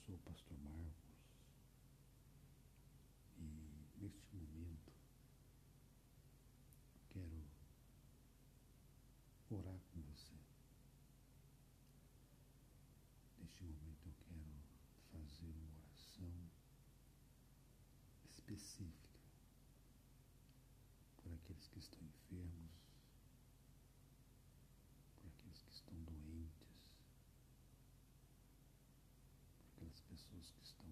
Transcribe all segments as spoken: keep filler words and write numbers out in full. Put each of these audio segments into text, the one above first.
sou o pastor Marcos e neste momento quero orar com você. Neste momento eu quero fazer uma oração específica por aqueles que estão enfermos, por aqueles que estão doentes, por aquelas pessoas que estão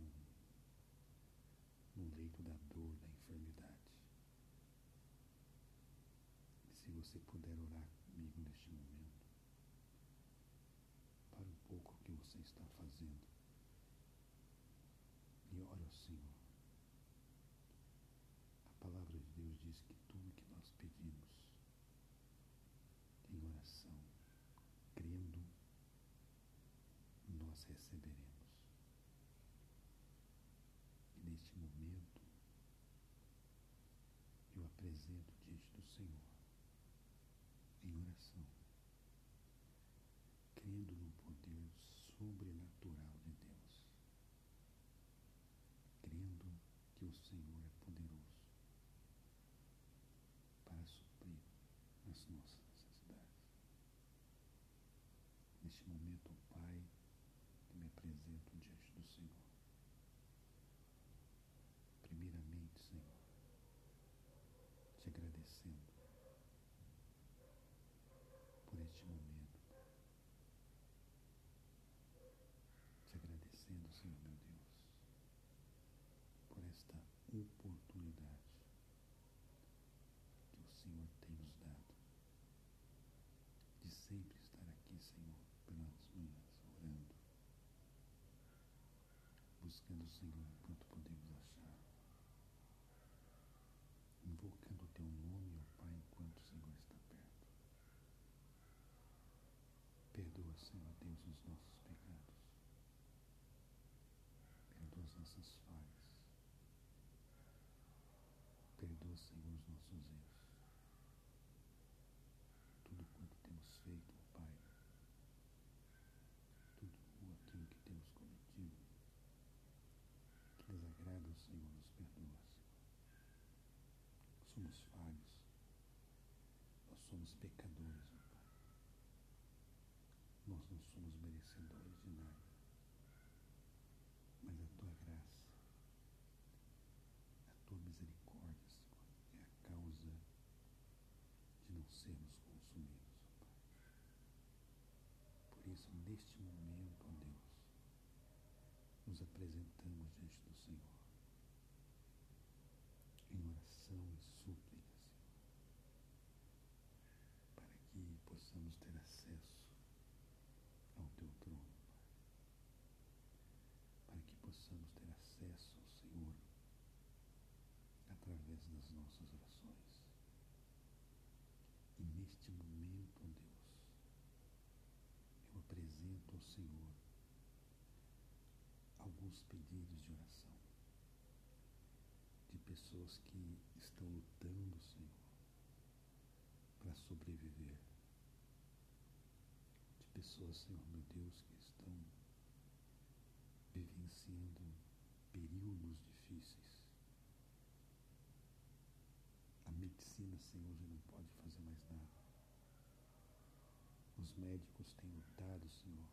no leito da dor, da enfermidade. E se você puder orar comigo neste momento, para um pouco o que você está fazendo e ore ao Senhor. A palavra de Deus diz que tudo que nós pedimos em oração, crendo, nós receberemos. E neste momento, eu apresento diante do Senhor, em oração, crendo no poder sobrenatural de Deus, crendo que o Senhor é poderoso para suprir as nossas necessidades. Neste momento, ó Pai, eu me apresento diante do Senhor. Primeiramente, Senhor, te agradecendo por este momento, te agradecendo, Senhor meu Deus, por esta oportunidade que o Senhor tem nos dado de sempre estar aqui, Senhor, pelas manhãs, orando, buscando o Senhor enquanto podemos achar, invocando o Teu nome, ó Pai, enquanto o Senhor está perto. Perdoa, Senhor Deus, os nossos pecados, perdoa as nossas falhas, perdoa, Senhor, os nossos erros, tudo quanto temos feito, ó Pai, tudo aquilo que temos cometido, que desagrada ao Senhor, nos perdoa, Senhor. Somos falhos, nós somos pecadores, ó Pai. Nós não somos merecedores de nada, mas a Tua graça, a Tua misericórdia, Senhor, é a causa de não sermos consumidos, ó Pai. Por isso, neste momento, ó Deus, nos apresentamos diante do Senhor, em oração e súplica, Senhor, para que possamos ter acesso ao Teu trono, Pai, para que possamos ter acesso ao Senhor através das nossas orações. E neste momento, ó Deus, eu apresento ao Senhor alguns pedidos de oração de pessoas que estão lutando, Senhor, para sobreviver, de pessoas, Senhor meu Deus, que estão vivenciando períodos difíceis. A medicina, Senhor, já não pode fazer mais nada. Os médicos têm lutado, Senhor,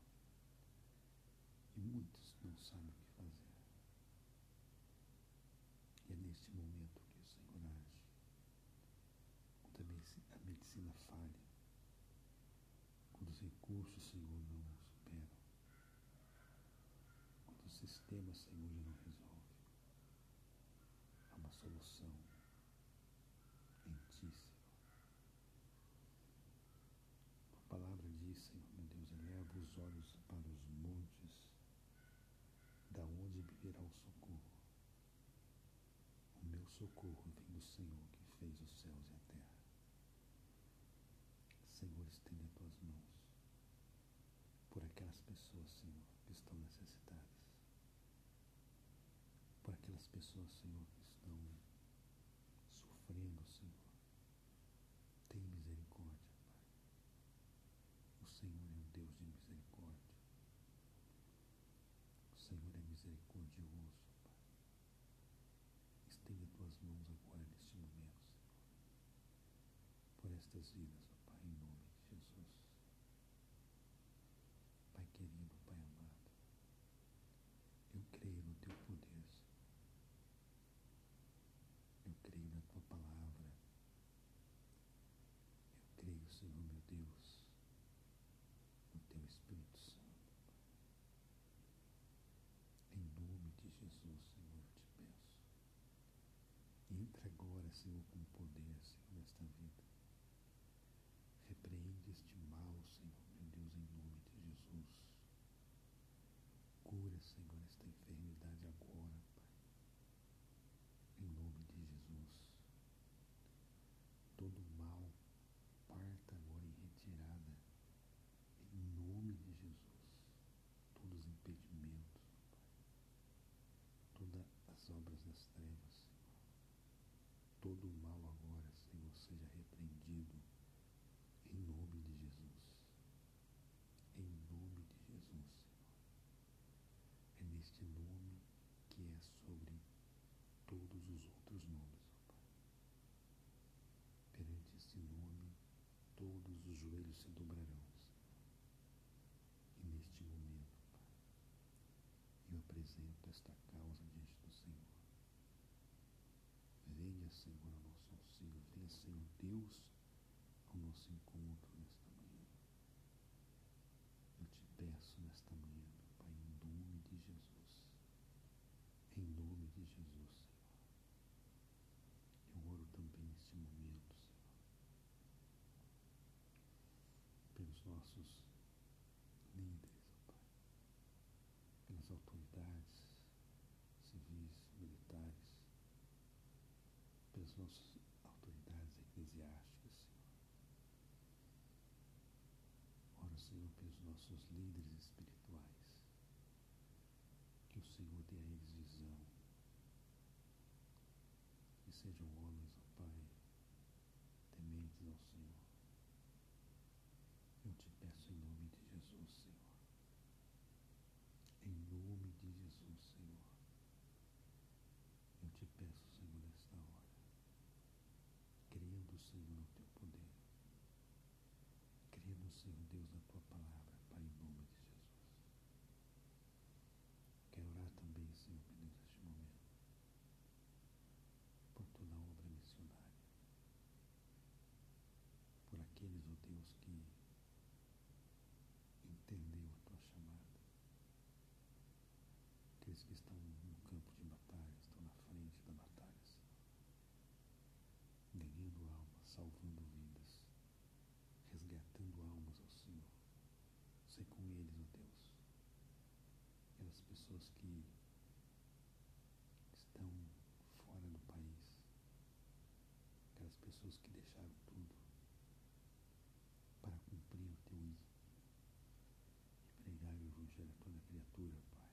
e muitos não sabem o que fazer. E é neste momento que o Senhor age, quando a medicina falha, quando os recursos, Senhor, não superam, quando o sistema, Senhor, já não resolve. Há uma solução em Ti, Senhor. A palavra diz, Senhor, meu Deus, eleva os olhos para os montes, da onde virá o socorro. O meu socorro vem do Senhor que fez os céus e a terra. Senhor, estende as Tuas mãos por aquelas pessoas, Senhor, que estão necessitadas, por aquelas pessoas, Senhor, que estão sofrendo, Senhor. Tem misericórdia, Pai. O Senhor é um Deus de misericórdia. O Senhor é misericórdia. estende as tuas mãos agora neste momento, Senhor, por estas vidas, ó Pai, em nome de Jesus. Pai querido, Pai amado, eu creio no Teu poder, Senhor. Eu creio na Tua palavra. Eu creio, Senhor, meu Deus, no Teu Espírito Santo. Em nome de Jesus, Senhor, eu te peço. Entra agora, Senhor, com poder, Senhor, nesta vida. Repreende este mal, Senhor, meu Deus, em nome de Jesus. Cura, Senhor, esta enfermidade agora, Pai. Em nome de Jesus. Todo mal parta agora em retirada. Em nome de Jesus. Todos os impedimentos, Pai. Todas as obras das trevas, Senhor. Todo o mal agora, Senhor, seja repreendido. Em nome de Jesus. Em nome de Jesus, Senhor. É neste nome que é sobre todos os outros nomes, ó Pai. Perante este nome, todos os joelhos se dobrarão, Senhor. E neste momento, Pai, eu apresento esta causa diante do Senhor. Venha, Senhor, ao nosso auxílio. Venha, Senhor Deus, ao nosso encontro nesta manhã. Eu te peço nesta manhã, meu Pai, em nome de Jesus. Em nome de Jesus, Senhor. Eu oro também neste momento, Senhor, pelos nossos líderes, ó Pai, pelas autoridades civis, militares, pelas nossas autoridades eclesiásticas, Senhor. Oro, Senhor, pelos nossos líderes espirituais, que o Senhor dê a eles visão, que sejam homens, ó Pai, tementes ao Senhor. Eu te peço em nome de Jesus, Senhor. Em nome de Jesus, Senhor. Eu te peço, Senhor, nesta hora, crendo, Senhor, no Teu poder, crendo, Senhor Deus, na Tua palavra, Pai, em nome de Jesus. Quero orar também, Senhor, meu Deus, neste momento, por toda a obra missionária, por aqueles, ó Deus, que entendeu a Tua chamada, aqueles que estão no campo de batalha, estão na frente da batalha, Senhor, ganhando almas, salvando vidas, resgatando almas ao Senhor. Sei com eles, ó Deus, aquelas pessoas que estão fora do país, aquelas pessoas que deixaram tudo para cumprir o Teu I e pregar o Evangelho a toda criatura, Pai.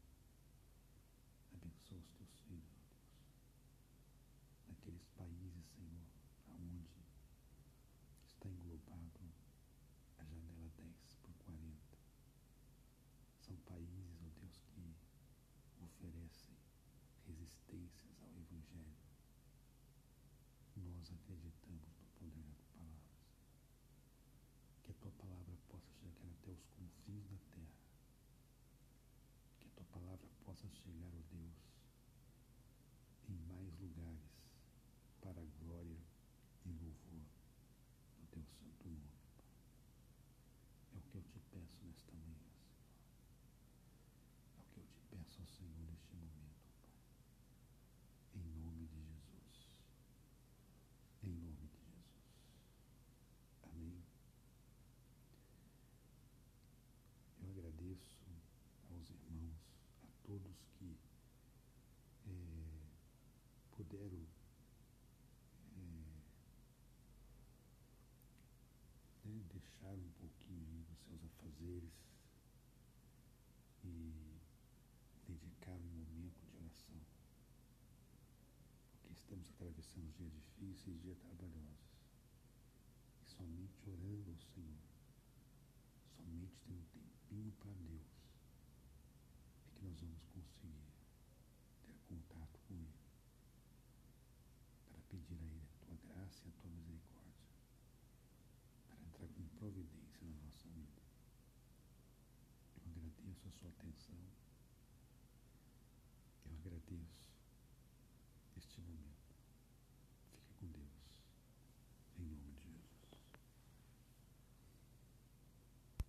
Abençoa os Teus filhos, ó Deus, naqueles países, Senhor, aonde está englobado a janela dez por quarenta. São países, ó Deus, que oferecem resistências ao Evangelho. Nós acreditamos no poder da Tua palavra, Senhor. Que a Tua palavra possa chegar até os confins da terra. Que a Tua palavra possa chegar, ó Deus, em mais lugares, para a glória e louvor do Teu santo nome, Pai. É o que eu te peço nesta manhã, Senhor. É o que eu te peço ao Senhor neste momento, Pai. Em nome de Jesus. Em nome de Jesus. Amém. Eu agradeço aos irmãos, a todos que é, puderam é, né, deixar um pouquinho dos seus afazeres e dedicar um momento de oração, porque estamos atravessando dias difíceis, dias trabalhosos, e somente orando ao Senhor, somente tendo um tempinho para Deus, é que nós vamos conseguir ter contato com Ele. graça e a tua misericórdia para entrar com providência na nossa vida. Eu agradeço a sua atenção. Eu agradeço este momento.